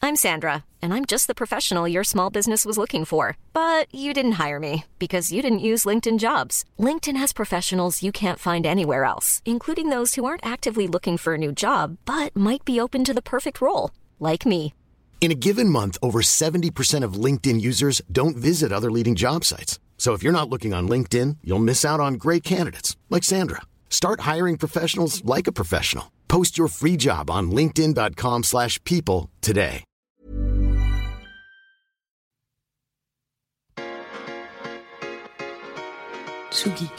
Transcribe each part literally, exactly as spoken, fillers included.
I'm Sandra, and I'm just the professional your small business was looking for. But you didn't hire me because you didn't use LinkedIn Jobs. LinkedIn has professionals you can't find anywhere else, including those who aren't actively looking for a new job, but might be open to the perfect role, like me. In a given month, over seventy percent of LinkedIn users don't visit other leading job sites. So if you're not looking on LinkedIn, you'll miss out on great candidates, like Sandra. Start hiring professionals like a professional. Post your free job on linkedin.com slash people today. Tsugi.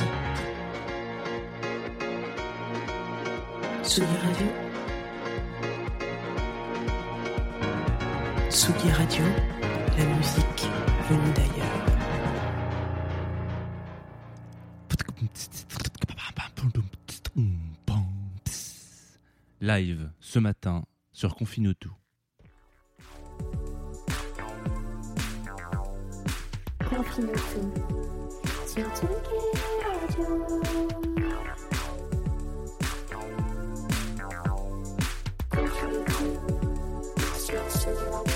Tsugi Radio. Tsugi Radio, la musique venue d'ailleurs. Live ce matin sur Confine tout. Confine tout sur Tsugi Radio. Confine tout sur Tsugi Radio.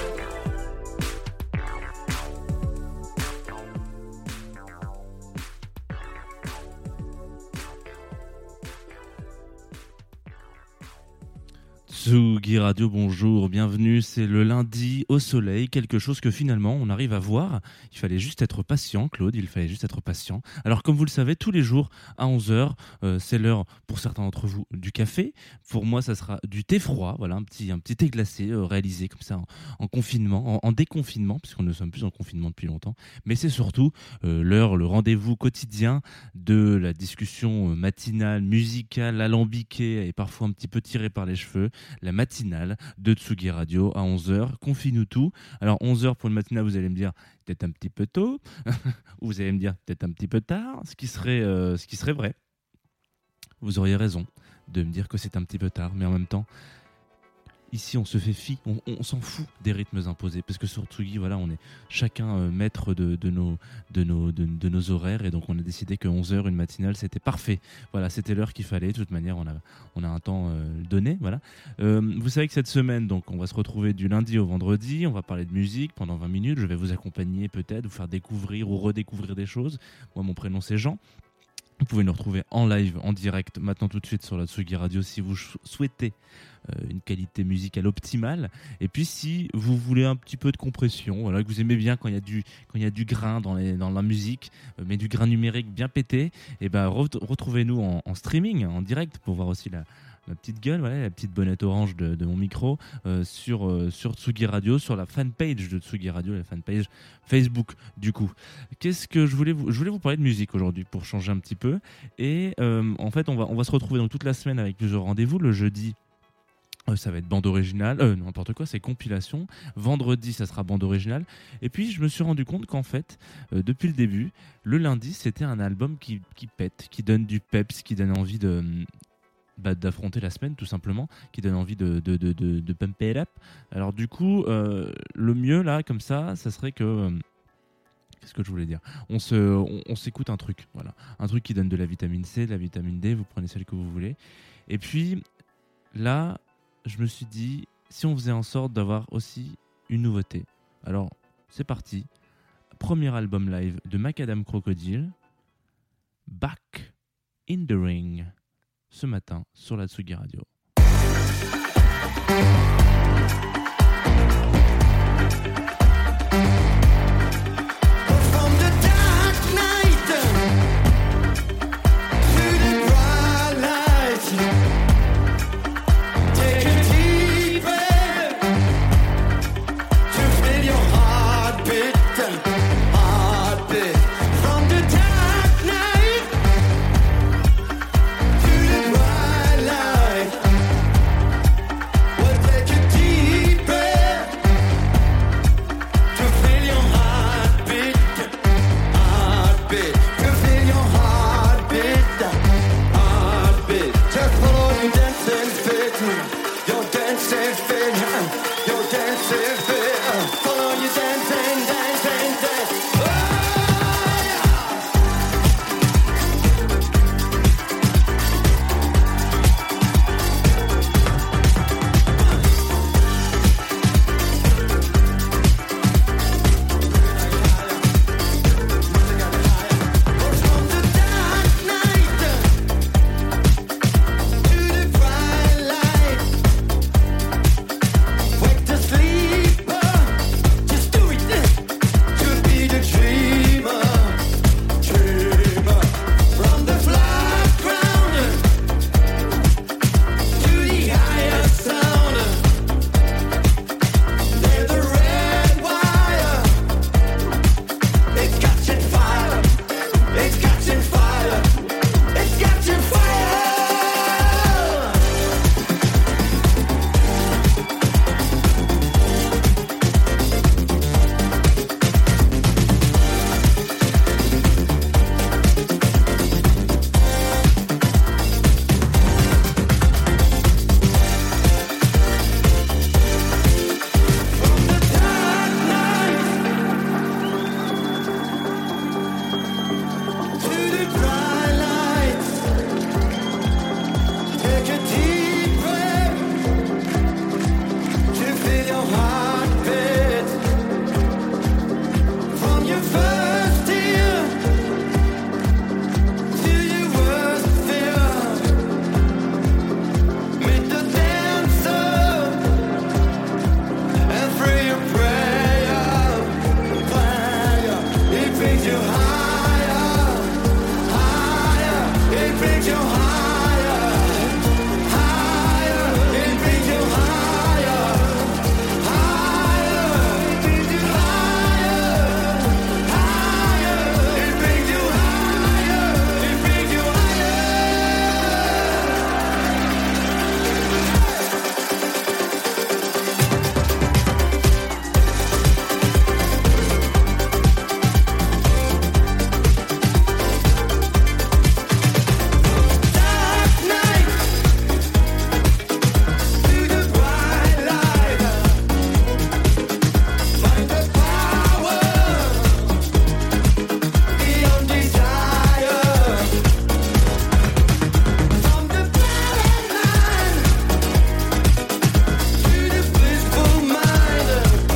Tsugi Radio, bonjour, bienvenue, c'est le lundi au soleil, quelque chose que finalement on arrive à voir. Il fallait juste être patient, Claude, il fallait juste être patient. Alors comme vous le savez, tous les jours à onze heures, euh, c'est l'heure pour certains d'entre vous du café. Pour moi, ça sera du thé froid, voilà, un petit, un petit thé glacé euh, réalisé comme ça en, en confinement, en, en déconfinement, puisqu'on ne sommes plus en confinement depuis longtemps. Mais c'est surtout euh, l'heure, le rendez-vous quotidien de la discussion matinale, musicale, alambiquée et parfois un petit peu tirée par les cheveux. La matinale de Tsugi Radio à onze heures, confine-nous tout. Alors onze heures pour une matinale, vous allez me dire peut-être un petit peu tôt, ou vous allez me dire peut-être un petit peu tard, ce qui serait, euh, ce qui serait vrai. Vous auriez raison de me dire que c'est un petit peu tard, mais en même temps, ici on se fait fi, on, on s'en fout des rythmes imposés, parce que sur Tsugi, voilà, on est chacun euh, maître de, de, nos, de, nos, de, de nos horaires, et donc on a décidé que onze heures, une matinale, c'était parfait. Voilà, c'était l'heure qu'il fallait. De toute manière, on a, on a un temps euh, donné. Voilà. Euh, vous savez que cette semaine, donc, on va se retrouver du lundi au vendredi, on va parler de musique pendant vingt minutes, je vais vous accompagner peut-être, vous faire découvrir ou redécouvrir des choses. Moi, mon prénom, c'est Jean. Vous pouvez nous retrouver en live, en direct, maintenant tout de suite sur la Tsugi Radio si vous souhaitez euh, une qualité musicale optimale. Et puis si vous voulez un petit peu de compression, voilà, que vous aimez bien quand il y a du, quand il y a du grain dans, les, dans la musique, euh, mais du grain numérique bien pété, et ben re- retrouvez-nous en, en streaming, en direct, pour voir aussi la... ma petite gueule, voilà, la petite bonnette orange de, de mon micro euh, sur, euh, sur Tsugi Radio, sur la fanpage de Tsugi Radio, la fanpage Facebook du coup. Qu'est-ce que je voulais vous, je voulais vous parler de musique aujourd'hui pour changer un petit peu. Et euh, en fait, on va, on va se retrouver donc toute la semaine avec plusieurs rendez-vous. Le jeudi, euh, ça va être bande originale, euh, n'importe quoi, c'est compilation. Vendredi, ça sera bande originale. Et puis, je me suis rendu compte qu'en fait, euh, depuis le début, le lundi, c'était un album qui, qui pète, qui donne du peps, qui donne envie de... Bah, d'affronter la semaine tout simplement, qui donne envie de, de, de, de, de pumper it up. Alors du coup euh, le mieux là comme ça ça serait que euh, qu'est-ce que je voulais dire, on, se, on, on s'écoute un truc, voilà, un truc qui donne de la vitamine C, de la vitamine D, vous prenez celle que vous voulez. Et puis là je me suis dit si on faisait en sorte d'avoir aussi une nouveauté. Alors c'est parti, premier album live de Macadam Crocodile, Back in the Ring, ce matin sur la Tsugi Radio. feel your heartbeat from your first tear to your worst fear. Meet the dancer and free your prayer. Prayer, it brings you higher, higher. It brings you higher, higher. It brings you higher, higher. It brings you higher, higher. It brings you higher, it brings you higher. Dark night to the bright light. Find the power beyond desire. From the blind mind to the blissful mind.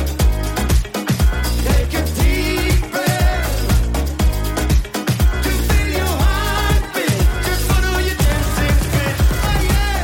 Take a deep breath to feel your heartbeat. Just follow your dancing feet. Oh yeah.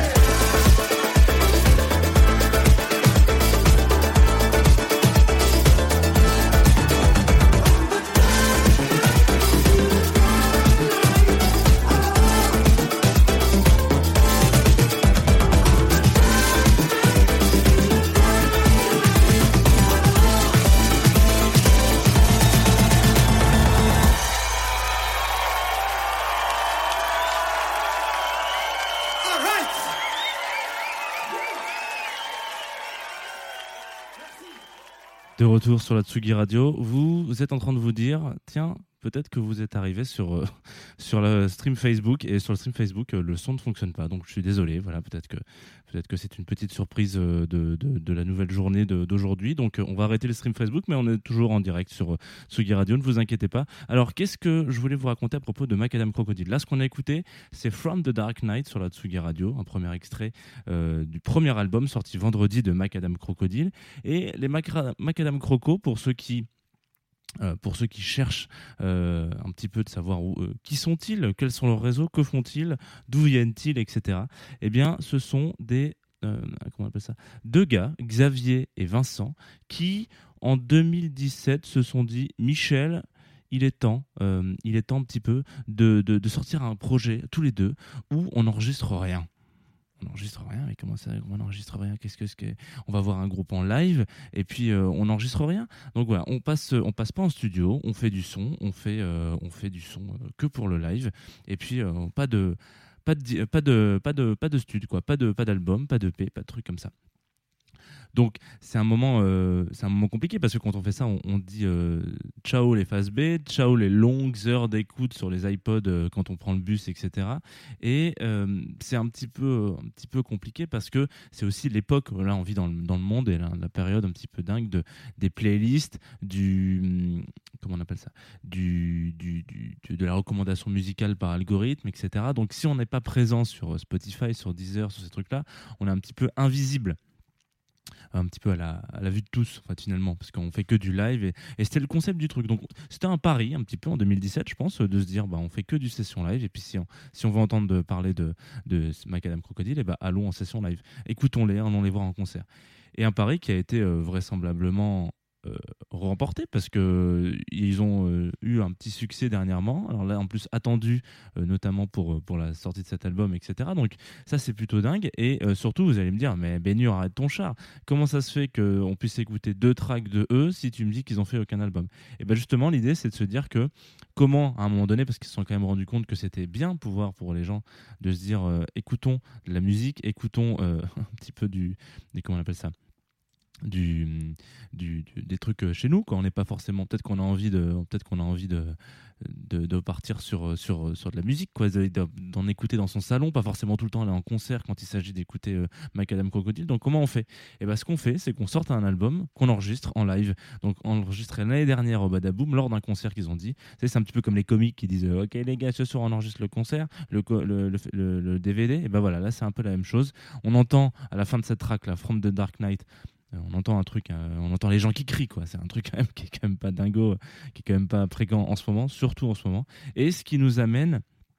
All right. De retour sur la Tsugi Radio, vous, vous êtes en train de vous dire, tiens, peut-être que vous êtes arrivé sur, euh, sur le stream Facebook, et sur le stream Facebook, euh, le son ne fonctionne pas. Donc je suis désolé, voilà, peut-être que, peut-être que c'est une petite surprise euh, de, de, de la nouvelle journée de- d'aujourd'hui. Donc euh, on va arrêter le stream Facebook, mais on est toujours en direct sur euh, Tsugi Radio, ne vous inquiétez pas. Alors qu'est-ce que je voulais vous raconter à propos de Macadam Crocodile? Là, ce qu'on a écouté, c'est From the Dark Night sur la Tsugi Radio, un premier extrait euh, du premier album sorti vendredi de Macadam Crocodile. Et les Macra- Macadam Croco, pour ceux qui euh, pour ceux qui cherchent euh, un petit peu de savoir où, euh, qui sont-ils, quels sont leurs réseaux, que font-ils, d'où viennent-ils, et cetera. Eh bien, ce sont des euh, comment on appelle ça, deux gars, Xavier et Vincent, qui en deux mille dix-sept se sont dit Michel, il est temps, euh, il est temps un petit peu de, de, de sortir un projet tous les deux où on n'enregistre rien. On n'enregistre rien, mais comment ça, on n'enregistre rien? Qu'est-ce que c'est? On va voir un groupe en live et puis euh, on n'enregistre rien. Donc voilà, on passe, on passe pas en studio, on fait du son, on fait, euh, on fait du son euh, que pour le live. Et puis euh, pas de, pas de, di- pas de, pas de, pas de studio quoi, pas de, pas d'album, pas de E P, pas de trucs comme ça. Donc c'est un moment, euh, c'est un moment compliqué parce que quand on fait ça, on, on dit euh, ciao les phases B, ciao les longues heures d'écoute sur les iPods euh, quand on prend le bus, et cetera. Et euh, c'est un petit peu, un petit peu compliqué parce que c'est aussi l'époque. Là, on vit dans le, dans le monde et la, la période un petit peu dingue de des playlists, du comment on appelle ça, du, du, du- du- de la recommandation musicale par algorithme, et cetera. Donc si on n'est pas présent sur Spotify, sur Deezer, sur ces trucs-là, on est un petit peu invisible, un petit peu à la, à la vue de tous, en fait, finalement, parce qu'on fait que du live et, et c'était le concept du truc. Donc c'était un pari un petit peu en deux mille dix-sept, je pense, de se dire bah on fait que du session live et puis si on, si on veut entendre de, parler de, de Macadam Crocodile, et bah allons en session live, écoutons-les, allons les voir en concert. Et un pari qui a été euh, vraisemblablement euh, remporté parce que euh, ils ont euh, eu un petit succès dernièrement. Alors là, en plus attendu, euh, notamment pour pour la sortie de cet album, et cetera. Donc ça, c'est plutôt dingue. Et euh, surtout, vous allez me dire, mais Bénur, arrête ton char. Comment ça se fait qu'on puisse écouter deux tracks de eux si tu me dis qu'ils ont fait aucun album? Et bien justement, l'idée, c'est de se dire que comment, à un moment donné, parce qu'ils se sont quand même rendus compte que c'était bien pouvoir pour les gens de se dire, euh, écoutons de la musique, écoutons euh, un petit peu du, du comment on appelle ça, du, du, du- des trucs chez nous, quand on n'est pas forcément, peut-être qu'on a envie de peut-être qu'on a envie de, de, de partir sur, sur, sur de la musique, quoi, de- de- d'en écouter dans son salon, pas forcément tout le temps aller en concert quand il s'agit d'écouter euh, Macadam Crocodile. Donc comment on fait? Et ben ce qu'on fait, c'est qu'on sorte un album qu'on enregistre en live. Donc enregistré l'année dernière au Badaboom lors d'un concert qu'ils ont dit. C'est c'est un petit peu comme les comiques qui disent euh, ok les gars, ce soir on enregistre le concert, le, co- le, le, le- le D V D. Et ben voilà, là c'est un peu la même chose. On entend à la fin de cette track là, From the Dark Night, Euh, on entend un truc, euh, on entend les gens qui crient, quoi. C'est un truc quand même qui est quand même pas dingo, qui est quand même pas fréquent en ce moment, surtout en ce moment. Et ce qui nous amène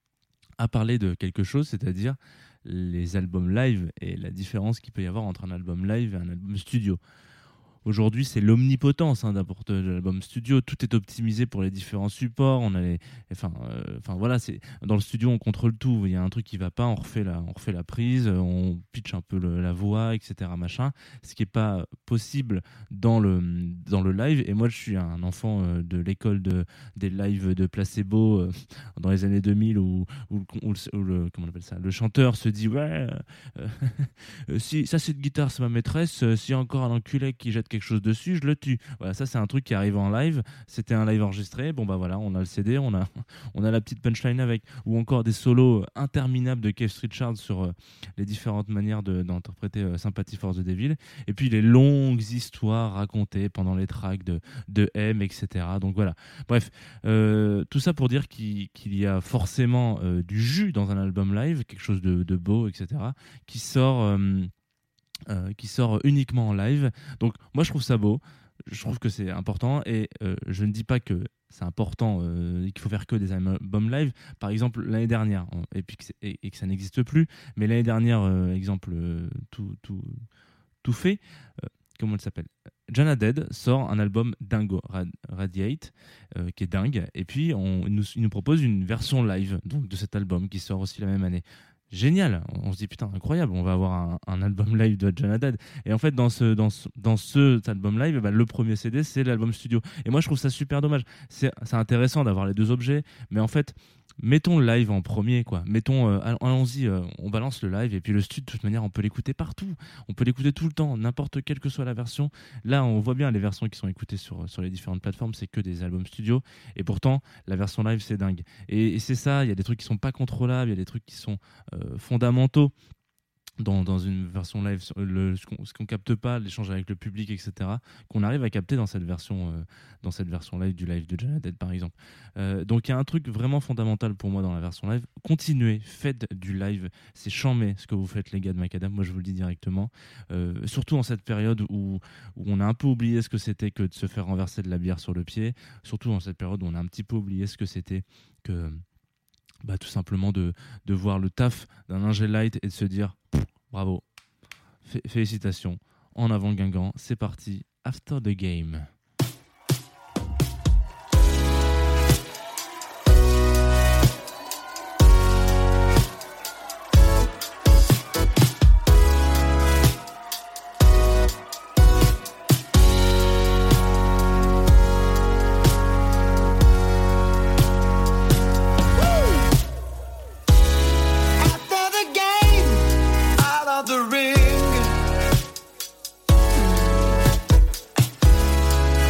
à parler de quelque chose, c'est-à-dire les albums live et la différence qu'il peut y avoir entre un album live et un album studio. Aujourd'hui, c'est l'omnipotence hein, d'apporter de l'album studio. Tout est optimisé pour les différents supports. On a les, enfin, euh, enfin voilà, c'est dans le studio, on contrôle tout. Il y a un truc qui va pas, on refait la, on refait la prise, on pitch un peu le, la voix, et cetera. Machin. Ce qui est pas possible dans le dans le live. Et moi, je suis un enfant euh, de l'école de des lives de Placebo euh, dans les années deux mille où, où, où, le, où le comment on appelle ça, le chanteur se dit ouais, euh, euh, si ça cette guitare c'est ma maîtresse, euh, s'il y a encore un enculé qui jette quelque chose dessus, je le tue. Voilà, ça c'est un truc qui arrive en live. C'était un live enregistré. Bon bah voilà, on a le C D, on a, on a la petite punchline avec, ou encore des solos interminables de Keith Richards sur euh, les différentes manières de, d'interpréter euh, Sympathy for the Devil. Et puis les longues histoires racontées pendant les tracks de, de M, et cetera. Donc voilà. Bref, euh, tout ça pour dire qu'il, qu'il y a forcément euh, du jus dans un album live, quelque chose de, de beau, et cetera, qui sort. Euh, Euh, qui sort uniquement en live. Donc moi je trouve ça beau, je trouve que c'est important et euh, je ne dis pas que c'est important euh, qu'il faut faire que des albums live. Par exemple l'année dernière, et puis que, et, et que ça n'existe plus, mais l'année dernière, euh, exemple euh, tout, tout, tout fait, euh, comment elle s'appelle, Jana Dead sort un album dingo, Rad, Radiate, euh, qui est dingue, et puis on, il, nous, il nous propose une version live donc, de cet album qui sort aussi la même année. Génial, on se dit putain incroyable, on va avoir un, un album live de Jana Dead. Et en fait dans ce dans ce, dans ce cet album live, bah, le premier C D c'est l'album studio. Et moi je trouve ça super dommage. C'est c'est intéressant d'avoir les deux objets, mais en fait mettons le live en premier quoi. Mettons euh, allons-y, euh, on balance le live et puis le studio de toute manière on peut l'écouter partout. On peut l'écouter tout le temps, n'importe quelle que soit la version. Là on voit bien les versions qui sont écoutées sur sur les différentes plateformes, c'est que des albums studio et pourtant la version live c'est dingue. Et, et c'est ça, il y a des trucs qui sont pas contrôlables, il y a des trucs qui sont euh, fondamentaux dans, dans une version live, le, ce, qu'on, ce qu'on capte pas, l'échange avec le public, et cetera, qu'on arrive à capter dans cette version, euh, dans cette version live du live de Jana Dead, par exemple. Euh, donc il y a un truc vraiment fondamental pour moi dans la version live. Continuez, faites du live. C'est chambé ce que vous faites, les gars de Macadam. Moi, je vous le dis directement. Euh, surtout en cette période où, où on a un peu oublié ce que c'était que de se faire renverser de la bière sur le pied. Surtout en cette période où on a un petit peu oublié ce que c'était que... Bah, tout simplement de, de voir le taf d'un ingé light et de se dire bravo, F- félicitations, en avant Guingamp, c'est parti, After the Game. After the game, out of the ring.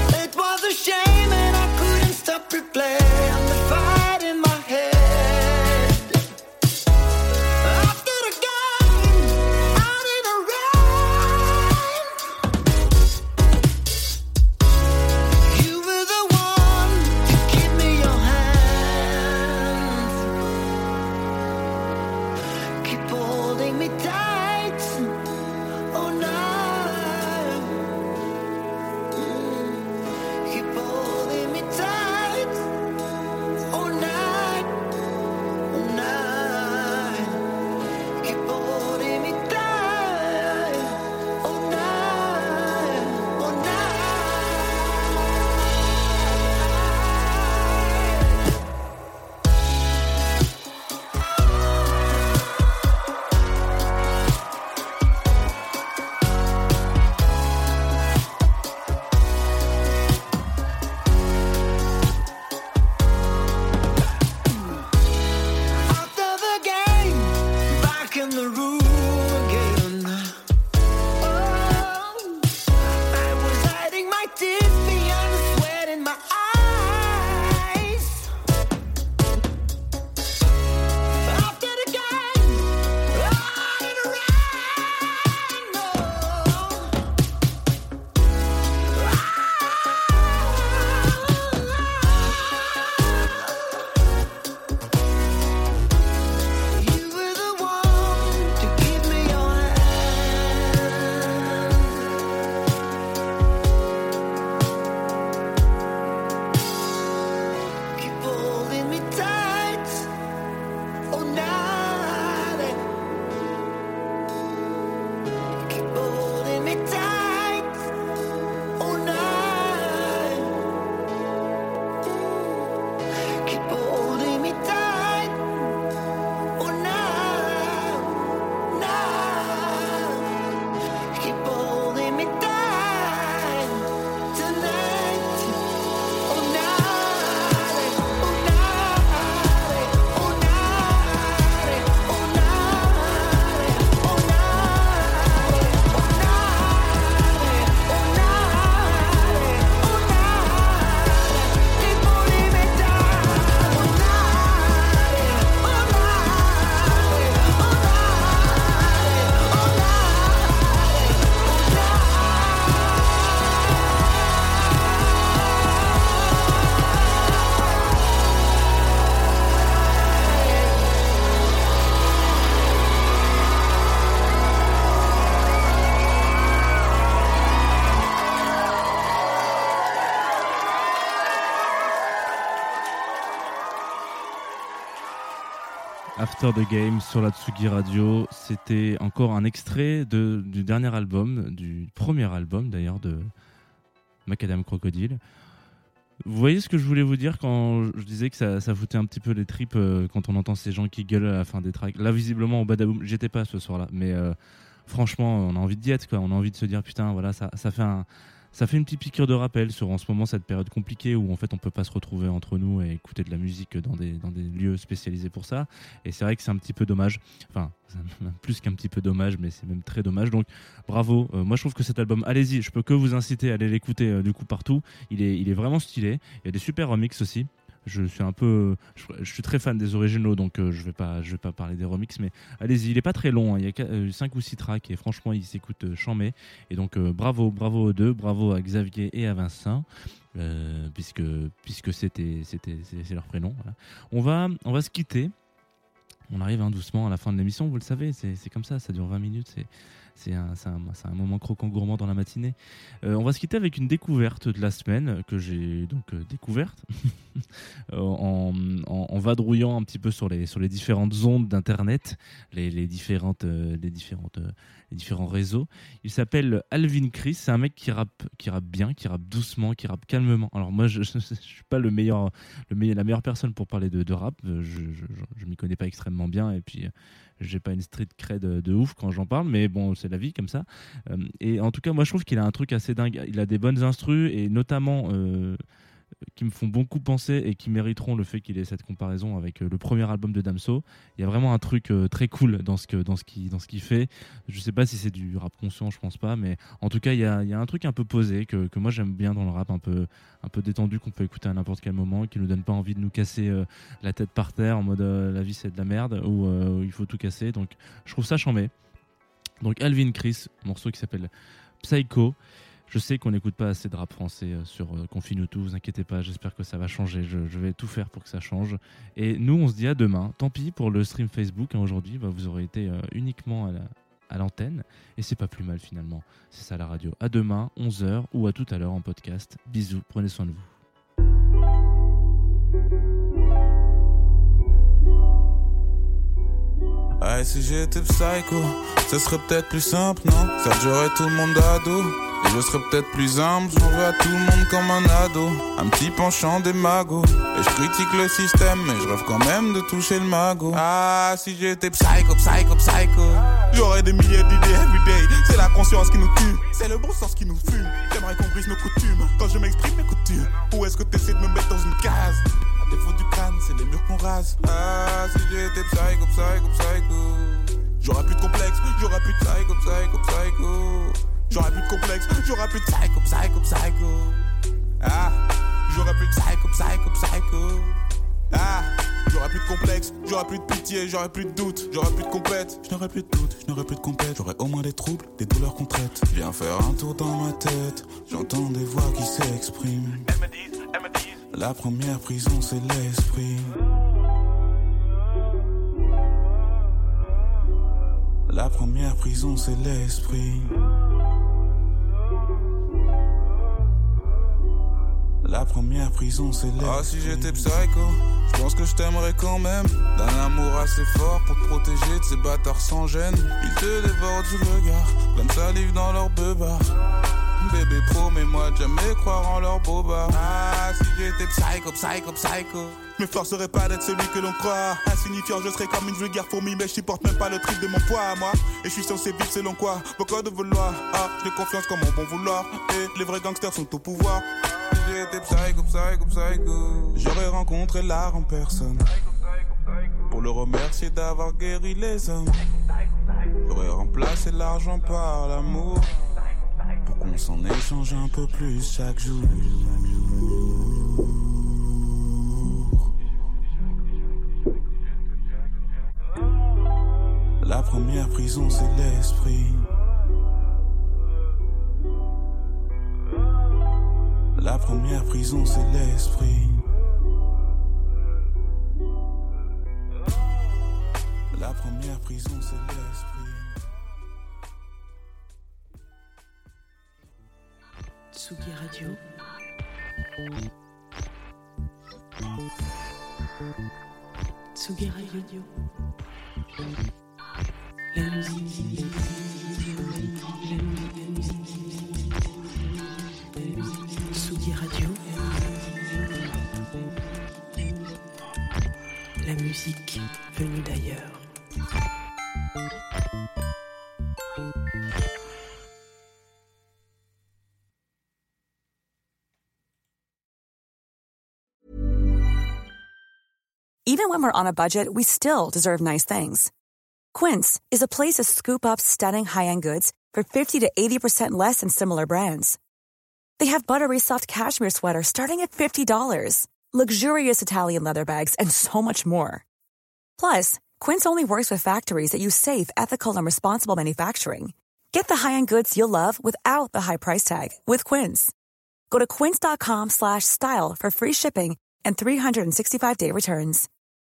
After the Game sur la Tsugi Radio. C'était encore un extrait de, du dernier album, du premier album d'ailleurs de Macadam Crocodile. Vous voyez ce que je voulais vous dire quand je disais que ça, ça foutait un petit peu les tripes euh, quand on entend ces gens qui gueulent à la fin des tracks. Là, visiblement, au Badaboom, j'étais pas ce soir-là, mais euh, franchement, on a envie de diète, quoi. On a envie de se dire, putain, voilà, ça, ça fait un... Ça fait une petite piqûre de rappel sur en ce moment cette période compliquée où en fait on peut pas se retrouver entre nous et écouter de la musique dans des, dans des lieux spécialisés pour ça. Et c'est vrai que c'est un petit peu dommage. Enfin, c'est plus qu'un petit peu dommage, mais c'est même très dommage. Donc bravo. Euh, moi je trouve que cet album, allez-y, je peux que vous inciter à aller l'écouter euh, du coup partout. Il est, il est vraiment stylé. Il y a des super remixes aussi. Je suis un peu, je, je suis très fan des originaux, donc euh, je vais pas, je vais pas parler des remixes, mais allez-y, il est pas très long, hein, il y a cinq ou six tracks et franchement il s'écoute euh, chambé. Et donc euh, bravo, bravo aux deux, bravo à Xavier et à Vincent, euh, puisque puisque c'était, c'était, c'est, c'est leur prénom. Voilà. On va, on va se quitter. On arrive hein, doucement à la fin de l'émission, vous le savez, c'est, c'est comme ça, ça dure vingt minutes, c'est. C'est un, c'est, un, c'est un moment croquant gourmand dans la matinée. Euh, on va se quitter avec une découverte de la semaine que j'ai donc euh, découverte en, en, en vadrouillant un petit peu sur les, sur les différentes ondes d'internet, les, les, différentes, euh, les, différentes, euh, les différents réseaux. Il s'appelle Alvin Chris, c'est un mec qui rappe, qui rappe bien, qui rappe doucement, qui rappe calmement. Alors moi je ne suis pas le meilleur, le meilleur, la meilleure personne pour parler de, de rap, je, je, je, je m'y connais pas extrêmement bien et puis j'ai pas une street cred de, de ouf quand j'en parle, mais bon, c'est la vie comme ça. Euh, et en tout cas, moi, je trouve qu'il a un truc assez dingue. Il a des bonnes instrus et notamment euh, qui me font beaucoup penser et qui mériteront le fait qu'il ait cette comparaison avec euh, le premier album de Damso. Il y a vraiment un truc euh, très cool dans ce que dans ce qui dans ce qu'il fait. Je sais pas si c'est du rap conscient, je pense pas, mais en tout cas, il y a il y a un truc un peu posé que que moi j'aime bien dans le rap, un peu un peu détendu qu'on peut écouter à n'importe quel moment, qui nous donne pas envie de nous casser euh, la tête par terre en mode euh, la vie c'est de la merde ou euh, il faut tout casser. Donc je trouve ça chambé. Donc Alvin Chris, morceau qui s'appelle Psycho. Je sais qu'on n'écoute pas assez de rap français euh, sur euh, Confine tout, vous inquiétez pas, j'espère que ça va changer, je, je vais tout faire pour que ça change. Et nous on se dit à demain, tant pis pour le stream Facebook, hein, aujourd'hui bah, vous aurez été euh, uniquement à, la, à l'antenne, et c'est pas plus mal finalement, c'est ça la radio. À demain, onze heures, ou à tout à l'heure en podcast. Bisous, prenez soin de vous. Ah, si j'étais psycho, ce serait peut-être plus simple, non? Ça durerait tout le monde à dos. Et je serais peut-être plus humble, j'en veux à tout le monde comme un ado. Un petit penchant des magos. Et je critique le système, mais je rêve quand même de toucher le magot. Ah, si j'étais psycho, psycho, psycho, j'aurais des milliers d'idées everyday. C'est la conscience qui nous tue, c'est le bon sens qui nous fume. J'aimerais qu'on brise nos coutumes, quand je m'exprime mes coutumes. Ou est-ce que t'essaies de me mettre dans une case? À défaut du crâne, c'est les murs qu'on rase. Ah, si j'étais psycho, psycho, psycho, j'aurais plus de complexe, j'aurais plus de psycho, psycho, psycho. J'aurais plus de complexe, j'aurais plus de psycho, psycho, psycho. Ah, j'aurais plus de psycho, psycho, psycho. Ah, j'aurais plus de complexe, j'aurais plus de pitié, j'aurais plus de doute, j'aurais plus de compète. Je n'aurais plus de doute, je n'aurais plus de compète. J'aurais au moins des troubles, des douleurs qu'on traite. Viens faire un tour dans ma tête, j'entends des voix qui s'expriment. Elles me disent, elles me disent. La première prison c'est l'esprit. La première prison c'est l'esprit. La première prison c'est l'esprit. Ah, si j'étais psycho, je pense que je t'aimerais quand même. D'un amour assez fort pour te protéger de ces bâtards sans gêne. Ils te dévorent du regard, plein de salive dans leur beubard. Bébé, promets-moi de jamais croire en leur bobard. Ah, si j'étais psycho, psycho, psycho, je m'efforcerais pas d'être celui que l'on croit. Insignifiant, je serais comme une vulgaire fourmi, mais je supporte même pas le trip de mon poids à moi. Et je suis censé vivre selon quoi? Vos codes de vouloir. Ah, j'ai confiance comme mon bon vouloir. Et les vrais gangsters sont au pouvoir. Si j'étais psycho, psycho, psycho, j'aurais rencontré l'art en personne pour le remercier d'avoir guéri les hommes. J'aurais remplacé l'argent par l'amour pour qu'on s'en échange un peu plus chaque jour. La première prison c'est l'esprit. La première prison c'est l'esprit. La première prison c'est l'esprit. Tsugi Radio. Tsugi Radio. La musique. Tsugi Radio. La musique venue d'ailleurs. Even when we're on a budget, we still deserve nice things. Quince is a place to scoop up stunning high-end goods for fifty to eighty percent less than similar brands. They have buttery soft cashmere sweaters starting at fifty dollars, luxurious Italian leather bags, and so much more. Plus, Quince only works with factories that use safe, ethical, and responsible manufacturing. Get the high-end goods you'll love without the high price tag with Quince. Go to quince.com slash style for free shipping and three sixty-five day returns.